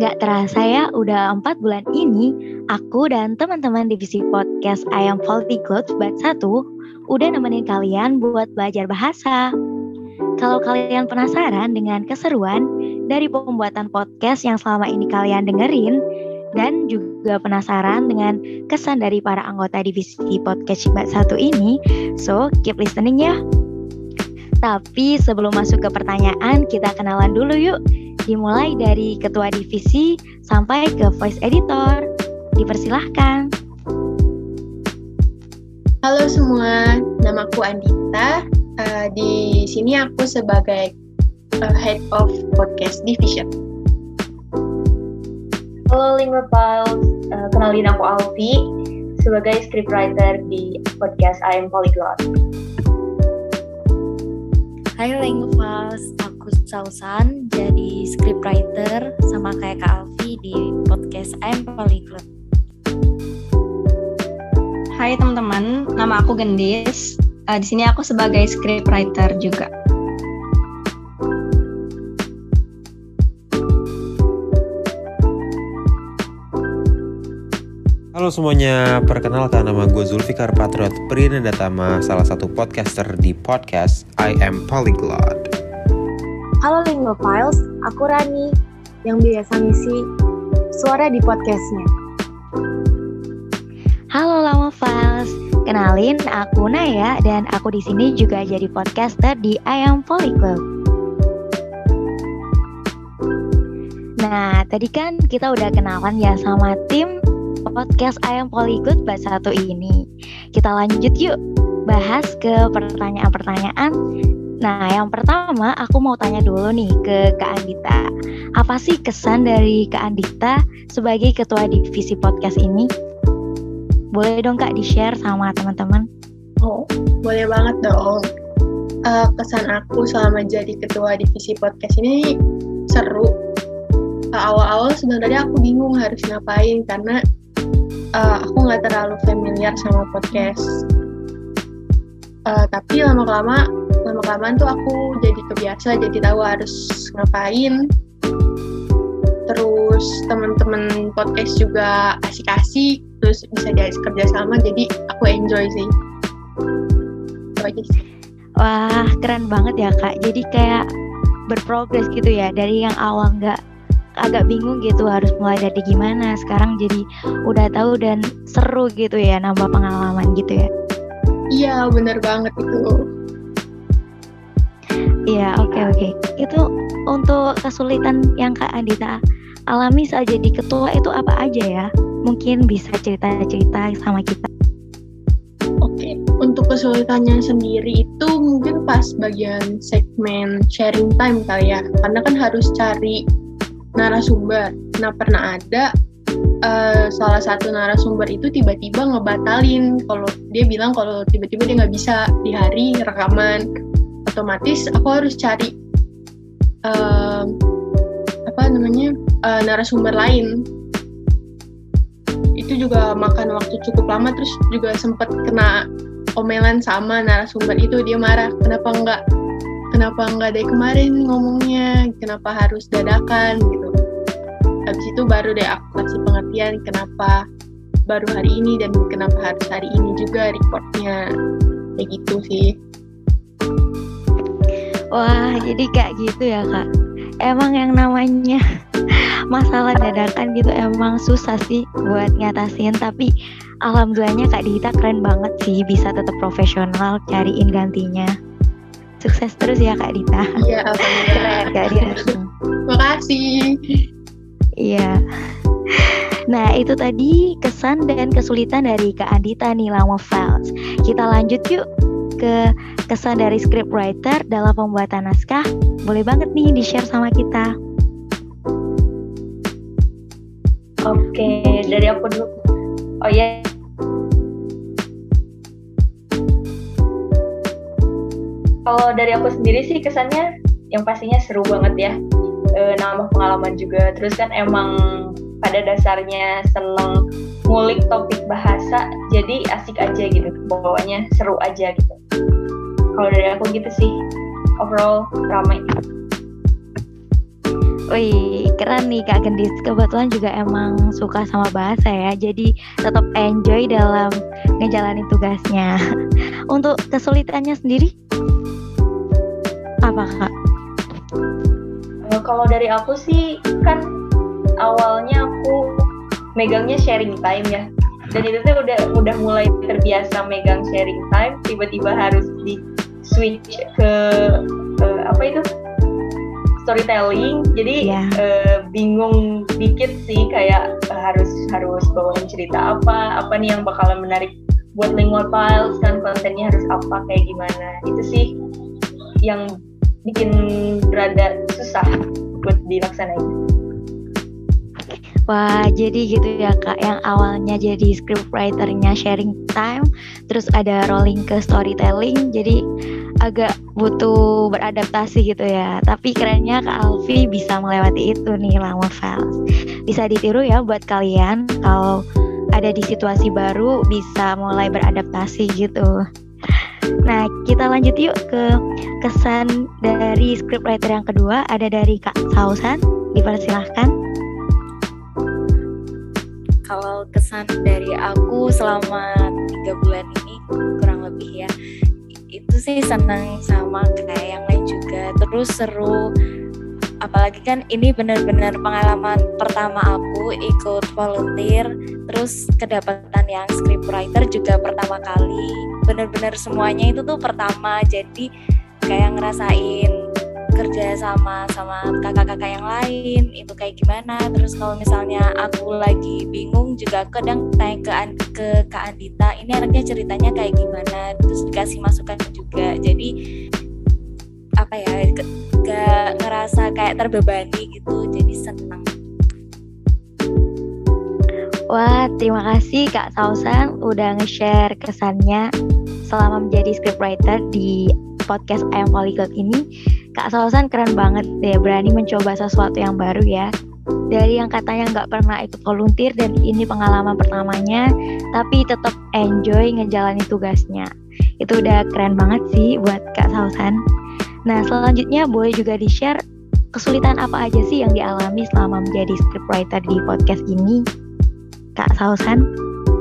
Gak terasa ya, udah 4 bulan ini, aku dan teman-teman divisi podcast I Am Polyglot Bat 1 udah nemenin kalian buat belajar bahasa. Kalau kalian penasaran dengan keseruan dari pembuatan podcast yang selama ini kalian dengerin, dan juga penasaran dengan kesan dari para anggota divisi podcast Bat 1 ini, so keep listening ya. Tapi sebelum masuk ke pertanyaan, kita kenalan dulu yuk. Dimulai dari ketua divisi sampai ke voice editor. Dipersilahkan. Halo semua, namaku Andita. Di sini aku sebagai head of podcast division. Halo Lingua Files, kenalin aku Alfi sebagai scriptwriter di podcast I Am Polyglot. Hai Lingua Files, aku Sausan jadi scriptwriter sama kayak Kak Alfi di podcast I Am Polyglot. Hai teman-teman, nama aku Gendis. Di sini aku sebagai scriptwriter juga. Halo semuanya, perkenalkan nama gue Zulfikar Patriot Prinedatama, salah satu podcaster di podcast I Am Polyglot. Halo Lingua Files, aku Rani yang biasa ngisi suara di podcastnya. Halo Lama Files, kenalin aku Naya dan aku di sini juga jadi podcaster di I Am Polyglot. Nah, tadi kan kita udah kenalan ya sama tim podcast I Am Polyglot Bat 1 ini. Kita lanjut yuk bahas ke pertanyaan-pertanyaan. Nah, yang pertama aku mau tanya dulu nih ke Kak Andita. Apa sih kesan dari Kak Andita sebagai ketua divisi podcast ini? Boleh dong Kak di-share sama teman-teman? Oh, boleh banget dong. Kesan aku selama jadi ketua divisi podcast ini seru. Awal-awal sebenarnya aku bingung harus ngapain karena aku nggak terlalu familiar sama podcast. Tapi lama-kelamaan tuh aku jadi kebiasa, jadi tahu harus ngapain. Terus teman-teman podcast juga asik-asik, terus bisa kerja sama, jadi aku enjoy sih. Itu aja sih. Wah, keren banget ya Kak. Jadi kayak berprogres gitu ya, dari yang awal agak bingung gitu harus mulai dari gimana, sekarang jadi udah tahu dan seru gitu ya, nambah pengalaman gitu ya. Iya, benar banget itu. Iya, oke. Itu untuk kesulitan yang Kak Andita alami saat jadi ketua itu apa aja ya? Mungkin bisa cerita-cerita sama kita. Oke, untuk kesulitannya sendiri itu mungkin pas bagian segmen sharing time kali ya, karena kan harus cari narasumber. Nah, pernah ada salah satu narasumber itu tiba-tiba ngebatalin, kalau dia bilang kalau tiba-tiba dia nggak bisa di hari rekaman. Otomatis aku harus cari narasumber lain. Itu juga makan waktu cukup lama, terus juga sempat kena omelan sama narasumber itu. Dia marah, kenapa nggak dari kemarin ngomongnya, kenapa harus dadakan gitu. Habis itu baru deh aku kasih pengertian kenapa baru hari ini dan kenapa harus hari ini juga recordnya, kayak gitu sih. Wah, jadi kayak gitu ya Kak. Emang yang namanya masalah dadakan gitu emang susah sih buat ngatasin. Tapi alhamdulillahnya Kak Dita keren banget sih, bisa tetap profesional cariin gantinya. Sukses terus ya Kak Dita. Iya, alhamdulillah. Kak Dita. Makasih. Iya. Nah, itu tadi kesan dan kesulitan dari Kak Andita nih, Lama Files. Kita lanjut yuk ke kesan dari scriptwriter dalam pembuatan naskah. Boleh banget nih di-share sama kita. Oke, dari aku dulu. Oh iya. Kalau dari aku sendiri sih kesannya yang pastinya seru banget ya. Nambah pengalaman juga. Terus kan emang pada dasarnya seneng ngulik topik bahasa, jadi asik aja gitu, bawanya seru aja gitu. Kalau dari aku gitu sih, overall ramai. Wih, keren nih Kak Gendis. Kebetulan juga emang suka sama bahasa ya. Jadi tetap enjoy dalam ngejalanin tugasnya. Untuk kesulitannya sendiri, apa Kak? Kalau dari aku sih, kan awalnya aku megangnya sharing time ya. Dan itu tuh udah mulai terbiasa megang sharing time, tiba-tiba harus di switch ke apa itu? Storytelling. Jadi bingung dikit sih, kayak harus bawain cerita apa nih yang bakalan menarik buat Lingual Files, kan kontennya harus apa, kayak gimana. Itu sih yang bikin rada susah buat dilaksanain. Wah, jadi gitu ya Kak, yang awalnya jadi scriptwriter-nya sharing time, terus ada rolling ke storytelling, jadi agak butuh beradaptasi gitu ya. Tapi kerennya Kak Alfi bisa melewati itu nih Lingual Files. Bisa ditiru ya buat kalian kalau ada di situasi baru, bisa mulai beradaptasi gitu. Nah, kita lanjut yuk ke kesan dari scriptwriter yang kedua, ada dari Kak Sausan, dipersilahkan. Kalau kesan dari aku selama 3 bulan ini kurang lebih ya, itu sih senang sama kayak yang lain juga, terus seru. Apalagi kan ini benar-benar pengalaman pertama aku ikut volunteer, terus kedapatan yang scriptwriter juga pertama kali. Benar-benar semuanya itu tuh pertama, jadi kayak ngerasain kerja sama kakak-kakak yang lain itu kayak gimana. Terus kalau misalnya aku lagi bingung juga kadang tanya ke Kak Andita, ini anaknya ceritanya kayak gimana, terus dikasih masukan juga. Jadi apa ya, gak ngerasa kayak terbebani gitu, jadi senang. Wah, terima kasih Kak Sausan udah nge-share kesannya selama menjadi scriptwriter di podcast I Am Polyglot ini. Kak Sausan keren banget deh, berani mencoba sesuatu yang baru ya. Dari yang katanya nggak pernah ikut volunteer dan ini pengalaman pertamanya, tapi tetap enjoy ngejalanin tugasnya. Itu udah keren banget sih buat Kak Sausan. Nah, selanjutnya boleh juga di-share kesulitan apa aja sih yang dialami selama menjadi scriptwriter di podcast ini, Kak Sausan?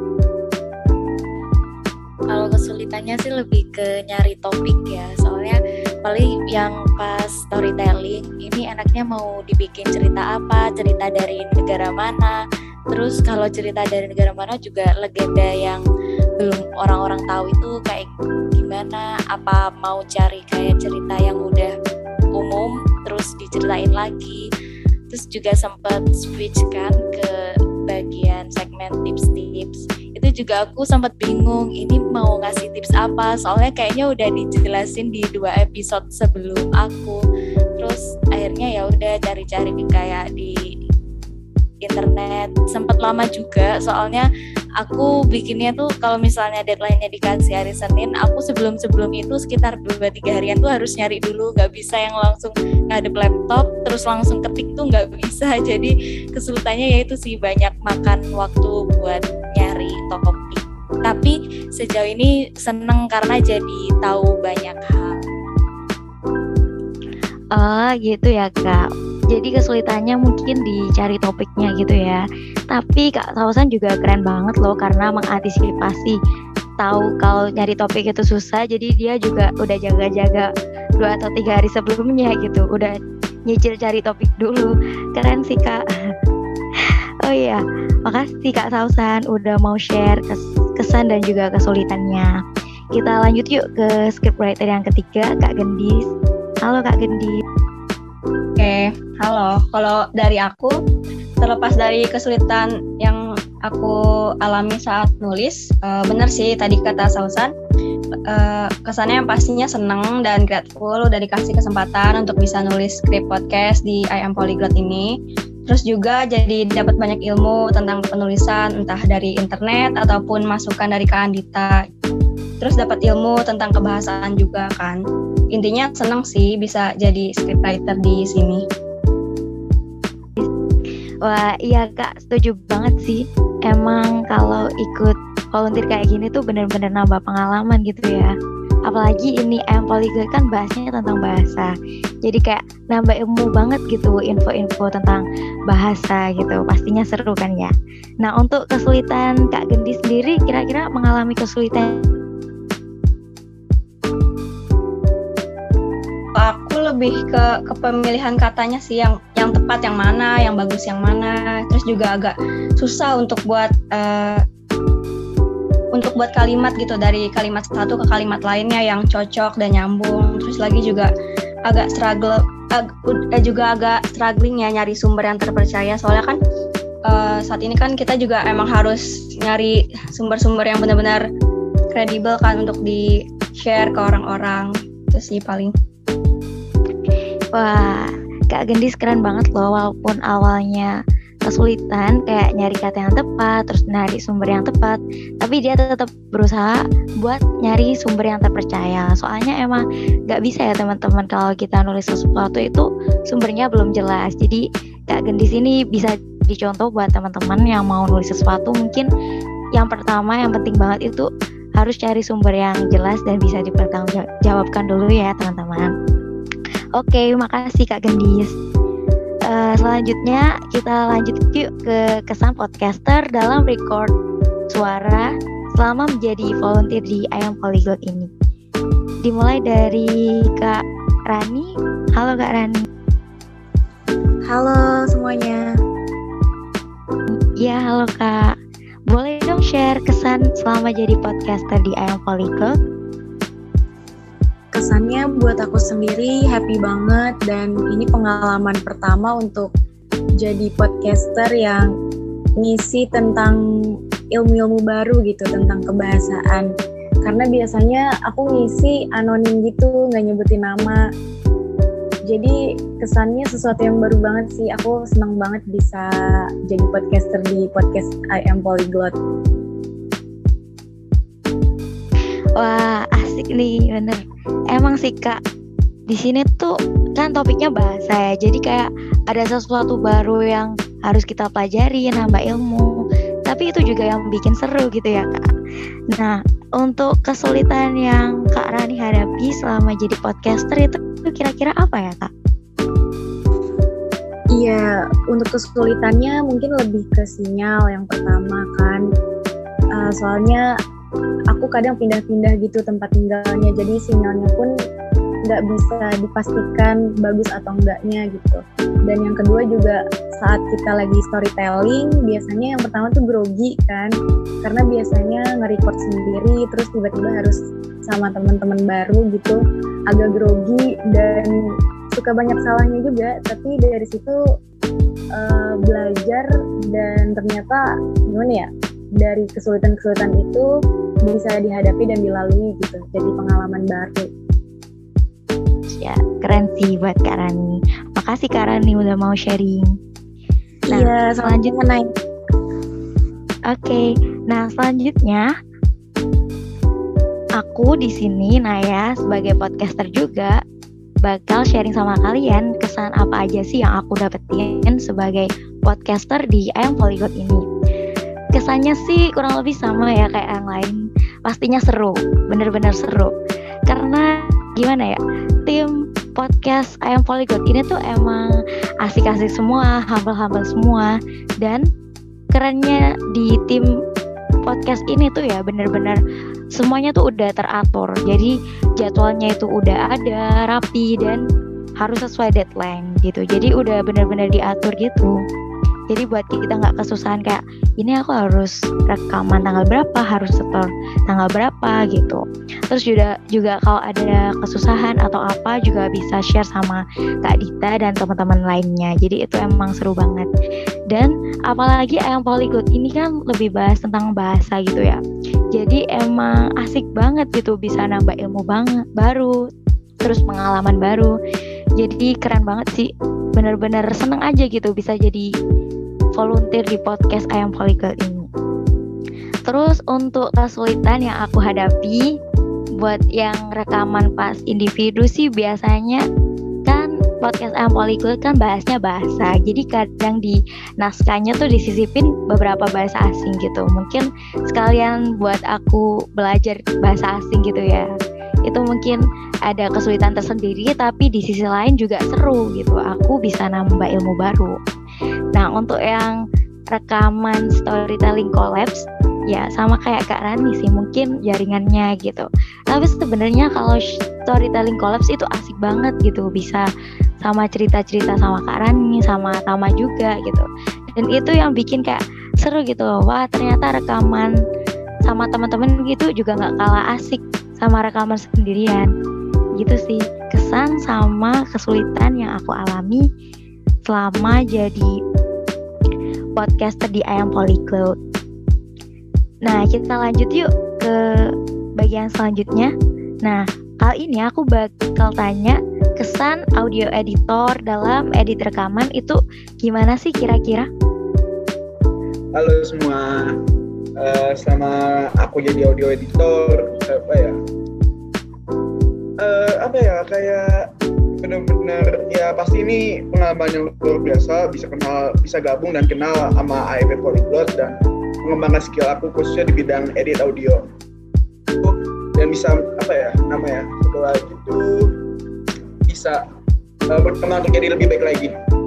Kalau kesulitannya sih lebih ke nyari topik ya, soalnya paling yang pas storytelling ini enaknya mau dibikin cerita apa, cerita dari negara mana. Terus kalau cerita dari negara mana juga legenda yang belum orang-orang tahu itu kayak gimana, apa mau cari kayak cerita yang udah umum terus diceritain lagi. Terus juga sempat switch kan ke bagian segmen tips-tips. Itu juga aku sempat bingung ini mau ngasih tips apa, soalnya kayaknya udah dijelasin di 2 episode sebelum aku. Terus akhirnya ya udah cari-cari kayak di internet. Sempat lama juga soalnya aku bikinnya tuh kalau misalnya deadline-nya dikasih hari Senin, aku sebelum itu sekitar 2-3 harian tuh harus nyari dulu, gak bisa yang langsung ngadep laptop terus langsung ketik tuh gak bisa. Jadi kesulitannya yaitu sih banyak makan waktu buat nyari topik. Tapi sejauh ini seneng karena jadi tahu banyak hal. Oh gitu ya Kak. Jadi kesulitannya mungkin dicari topiknya gitu ya. Tapi Kak Sausan juga keren banget loh karena mengantisipasi, tahu kalau nyari topik itu susah, jadi dia juga udah jaga-jaga 2 atau 3 hari sebelumnya gitu, udah nyicil cari topik dulu. Keren sih Kak. Oh iya, makasih Kak Sausan udah mau share kesan dan juga kesulitannya. Kita lanjut yuk ke scriptwriter yang ketiga, Kak Gendis. Halo Kak Gendis. Oke, halo. Kalau dari aku, terlepas dari kesulitan yang aku alami saat nulis, benar sih tadi kata Sausan, kesannya pastinya seneng dan grateful udah dikasih kesempatan untuk bisa nulis skrip podcast di I Am Polyglot ini. Terus juga jadi dapat banyak ilmu tentang penulisan, entah dari internet ataupun masukan dari Kak Andita. Terus dapat ilmu tentang kebahasaan juga kan. Intinya seneng sih bisa jadi scriptwriter di sini. Wah iya Kak, setuju banget sih. Emang kalau ikut volunteer kayak gini tuh bener-bener nambah pengalaman gitu ya. apalagi ini IAM Polyglot kan bahasnya tentang bahasa. Jadi kayak nambah ilmu banget gitu, info-info tentang bahasa gitu. Pastinya seru kan ya. Nah, untuk kesulitan Kak Gendi sendiri, kira-kira mengalami kesulitan? Aku lebih ke pemilihan katanya sih, yang tepat yang mana, yang bagus yang mana. Terus juga agak susah untuk buat kalimat gitu, dari kalimat satu ke kalimat lainnya yang cocok dan nyambung. Terus lagi juga agak struggling ya nyari sumber yang terpercaya. Soalnya kan saat ini kan kita juga emang harus nyari sumber-sumber yang benar-benar kredibel kan untuk di-share ke orang-orang. Itu sih paling. Wah, Kak Gendis keren banget loh, walaupun awalnya kesulitan kayak nyari kata yang tepat, terus nyari sumber yang tepat, tapi dia tetap berusaha buat nyari sumber yang terpercaya. Soalnya emang gak bisa ya teman-teman kalau kita nulis sesuatu itu sumbernya belum jelas. Jadi Kak Gendis ini bisa dicontoh buat teman-teman yang mau nulis sesuatu. Mungkin yang pertama, yang penting banget itu harus cari sumber yang jelas dan bisa dipertanggungjawabkan dulu ya teman-teman. Oke, makasih Kak Gendis. Selanjutnya kita lanjut yuk ke kesan podcaster dalam record suara selama menjadi volunteer di IAM Polyglot ini. Dimulai dari Kak Rani. Halo Kak Rani. Halo semuanya. Ya, halo Kak. Boleh dong share kesan selama jadi podcaster di IAM Polyglot? Kesannya buat aku sendiri happy banget, dan ini pengalaman pertama untuk jadi podcaster yang ngisi tentang ilmu-ilmu baru gitu, tentang kebahasaan. Karena biasanya aku ngisi anonim gitu, nggak nyebutin nama. Jadi kesannya sesuatu yang baru banget sih. Aku senang banget bisa jadi podcaster di podcast IAM Polyglot. Wah, asik nih, bener. Emang sih Kak, di sini tuh kan topiknya bahasa ya. Jadi kayak ada sesuatu baru yang harus kita pelajari, nambah ilmu. Tapi itu juga yang bikin seru gitu ya Kak. Nah, untuk kesulitan yang Kak Rani hadapi selama jadi podcaster itu kira-kira apa ya Kak? Iya, untuk kesulitannya mungkin lebih ke sinyal yang pertama kan. Soalnya aku kadang pindah-pindah gitu tempat tinggalnya, jadi sinyalnya pun nggak bisa dipastikan bagus atau enggaknya gitu. Dan yang kedua juga saat kita lagi storytelling, biasanya yang pertama tuh grogi kan, karena biasanya nge-record sendiri terus tiba-tiba harus sama teman-teman baru gitu, agak grogi dan suka banyak salahnya juga. Tapi dari situ belajar, dan ternyata gimana ya, dari kesulitan-kesulitan itu bisa dihadapi dan dilalui gitu. Jadi pengalaman baru. Ya, keren sih buat Kak Rani. Makasih Kak Rani udah mau sharing. Nah, iya, selanjutnya naik. Oke. Nah, selanjutnya aku di sini Naya sebagai podcaster juga bakal sharing sama kalian kesan apa aja sih yang aku dapetin sebagai podcaster di IAM Polyglot ini. Kesannya sih kurang lebih sama ya kayak yang lain. Pastinya seru, bener-bener seru. Karena gimana ya, tim podcast IAM Polyglot ini tuh emang asik-asik semua, humble-humble semua. Dan kerennya di tim podcast ini tuh ya bener-bener semuanya tuh udah teratur. Jadi jadwalnya itu udah ada, rapi, dan harus sesuai deadline gitu. Jadi udah bener-bener diatur gitu. Jadi buat kita nggak kesusahan kayak ini aku harus rekaman tanggal berapa, harus setor tanggal berapa gitu. Terus juga kalau ada kesusahan atau apa juga bisa share sama Kak Dita dan teman-teman lainnya. Jadi itu emang seru banget. Dan apalagi IAM Polyglot ini kan lebih bahas tentang bahasa gitu ya. Jadi emang asik banget gitu, bisa nambah ilmu banget baru, terus pengalaman baru. Jadi keren banget sih. Bener-bener seneng aja gitu bisa jadi volunteer di podcast IAM Polyglot ini. Terus untuk kesulitan yang aku hadapi buat yang rekaman pas individu sih, biasanya kan podcast IAM Polyglot kan bahasnya bahasa. Jadi kadang di naskahnya tuh disisipin beberapa bahasa asing gitu. Mungkin sekalian buat aku belajar bahasa asing gitu ya. itu mungkin ada kesulitan tersendiri, tapi di sisi lain juga seru gitu. Aku bisa nambah ilmu baru. Nah, untuk yang rekaman storytelling collabs, ya sama kayak Kak Rani sih, mungkin jaringannya gitu. Tapi sebenarnya kalau storytelling collabs itu asik banget gitu, bisa sama cerita-cerita sama Kak Rani, sama Tama juga gitu. Dan itu yang bikin kayak seru gitu. Wah, ternyata rekaman sama teman-teman gitu juga nggak kalah asik sama rekaman sendirian. Gitu sih kesan sama kesulitan yang aku alami selama jadi podcaster di I Am Polyglot. Nah, kita lanjut yuk ke bagian selanjutnya. Nah, kali ini aku bakal tanya kesan audio editor dalam edit rekaman itu gimana sih kira-kira? Halo semua, selama aku jadi audio editor, kayak benar-benar ya pasti ini pengalaman yang luar biasa, bisa gabung dan kenal sama AMP Polyglot dan mengembangkan skill aku khususnya di bidang edit audio. Dan bisa setelah itu bisa berkembang untuk jadi lebih baik lagi.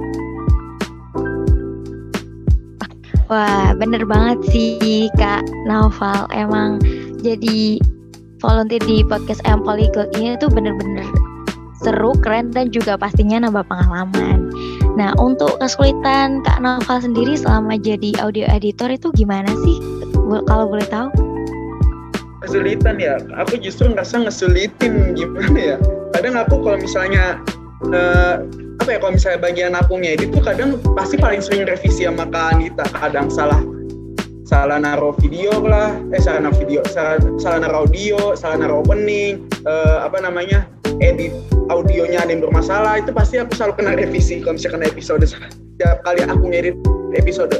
Wah, bener banget sih Kak Naufal. Emang jadi volunteer di podcast I Am Polyglot ini tuh bener-bener seru, keren, dan juga pastinya nambah pengalaman. Nah, untuk kesulitan Kak Naufal sendiri selama jadi audio editor itu gimana sih? Kalau boleh tahu? Kesulitan ya, aku justru ngerasa ngesulitin gimana ya. Kadang aku kalau misalnya kalau misalnya bagian aku ngedit tuh kadang pasti paling sering revisi sama Kak Anita. Kadang salah naruh video lah, salah naruh audio, salah naruh opening, edit audionya ada yang bermasalah, itu pasti aku selalu kena revisi kalau misalkan episode setiap kali aku ngedit episode.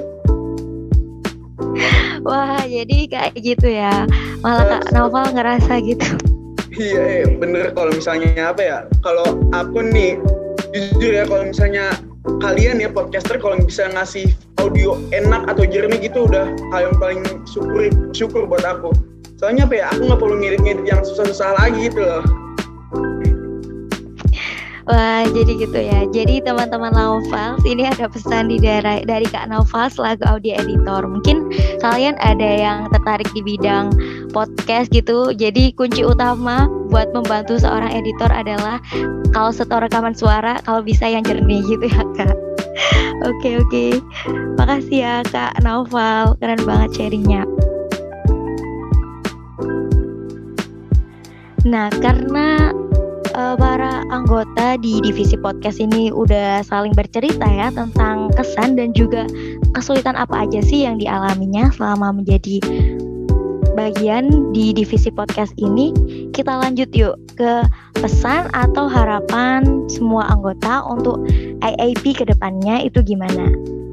Wah, jadi kayak gitu ya, malah Kak Naufal ngerasa gitu. Iya, bener. Kalau misalnya kalau aku nih jujur ya, kalau misalnya kalian ya podcaster kalau bisa ngasih audio enak atau jernih gitu udah hal yang paling syukur buat aku. Soalnya aku nggak perlu ngedit yang susah-susah lagi gitu loh. Wah, jadi gitu ya. Jadi teman-teman Naufal, ini ada pesan dari Kak Naufal selaku audio editor. Mungkin kalian ada yang tertarik di bidang podcast gitu. Jadi kunci utama buat membantu seorang editor adalah kalau setor rekaman suara, kalau bisa yang jernih gitu ya Kak. Oke. Makasih ya Kak Naufal, keren banget sharingnya. Nah, karena para anggota di divisi podcast ini udah saling bercerita ya tentang kesan dan juga kesulitan apa aja sih yang dialaminya selama menjadi bagian di divisi podcast ini. Kita lanjut yuk ke pesan atau harapan semua anggota untuk IAP ke depannya itu gimana?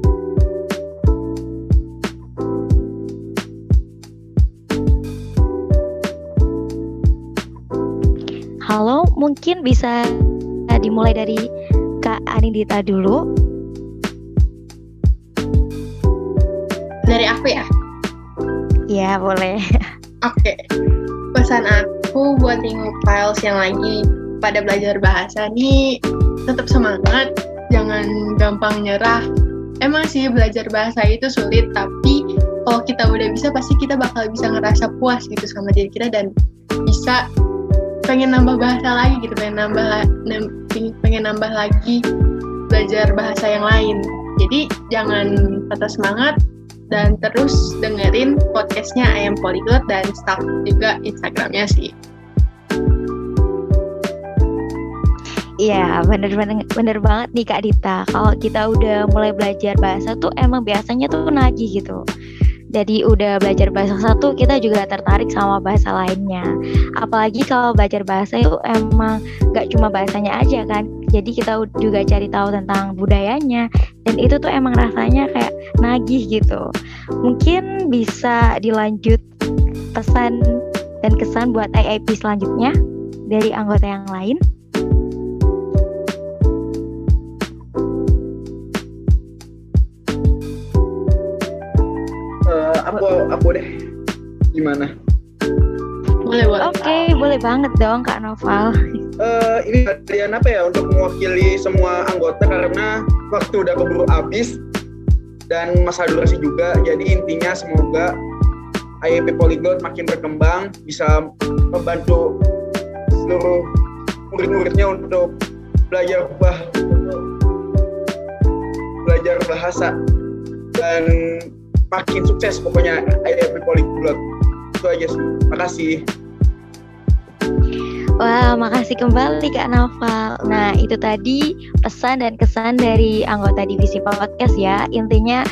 Halo, mungkin bisa dimulai dari Kak Anindita dulu. Dari aku ya? Ya, boleh. Oke. Pesan aku buat Lingofiles yang lagi pada belajar bahasa nih, tetap semangat, jangan gampang nyerah. Emang sih belajar bahasa itu sulit, tapi kalau kita udah bisa, pasti kita bakal bisa ngerasa puas gitu sama diri kita dan bisa pengen nambah bahasa lagi gitu, pengen nambah lagi belajar bahasa yang lain. Jadi jangan patah semangat dan terus dengerin podcastnya I Am Polyglot dan stalk juga Instagramnya sih. Iya, bener banget nih Kak Dita. Kalau kita udah mulai belajar bahasa tuh emang biasanya tuh nagih gitu. Jadi udah belajar bahasa satu, kita juga tertarik sama bahasa lainnya. Apalagi kalau belajar bahasa itu emang gak cuma bahasanya aja kan. Jadi kita juga cari tahu tentang budayanya. Dan itu tuh emang rasanya kayak nagih gitu. Mungkin bisa dilanjut pesan dan kesan buat IIP selanjutnya dari anggota yang lain. Aku deh, gimana? Boleh. Oke, boleh banget dong Kak Noval. Ini kalian apa ya untuk mewakili semua anggota karena waktu udah keburu habis dan masa durasi juga. Jadi intinya semoga IAP Polyglot makin berkembang, bisa membantu seluruh murid-muridnya untuk belajar bahasa dan makin sukses pokoknya IAP Polyglot. Itu aja sih. Makasih. Wah, makasih kembali Kak Noval. Nah, itu tadi pesan dan kesan dari anggota divisi podcast ya. Intinya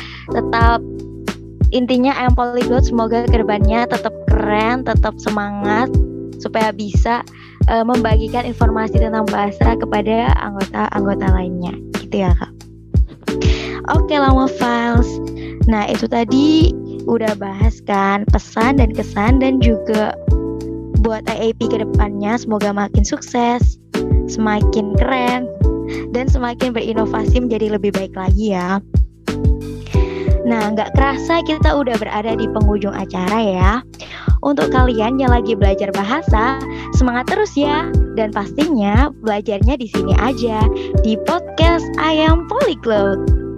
IAM Polyglot semoga kedepannya tetap keren, tetap semangat supaya bisa membagikan informasi tentang bahasa kepada anggota-anggota lainnya. Gitu ya, Kak. Oke, Lama Files. Nah, itu tadi udah bahas kan pesan dan kesan dan juga buat IAP ke depannya semoga makin sukses, semakin keren, dan semakin berinovasi menjadi lebih baik lagi ya. Nah, nggak kerasa kita udah berada di penghujung acara ya. Untuk kalian yang lagi belajar bahasa, semangat terus ya. Dan pastinya belajarnya di sini aja, di podcast IAM Polyglot.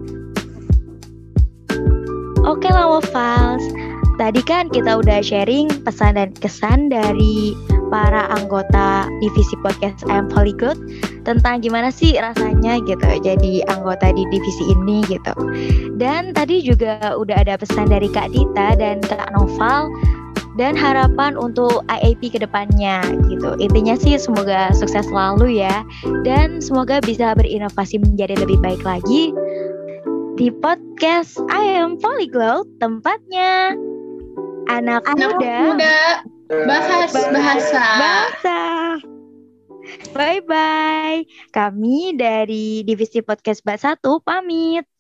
Oke lah Wafals, tadi kan kita udah sharing pesan dan kesan dari para anggota divisi podcast IAM Polyglot tentang gimana sih rasanya gitu jadi anggota di divisi ini gitu. Dan tadi juga udah ada pesan dari Kak Dita dan Kak Noval dan harapan untuk IAP ke depannya gitu. Intinya sih semoga sukses selalu ya dan semoga bisa berinovasi menjadi lebih baik lagi di podcast IAM Polyglot, tempatnya anak muda bahas bahasa. Bye-bye. Kami dari Divisi Podcast Bat 1 pamit.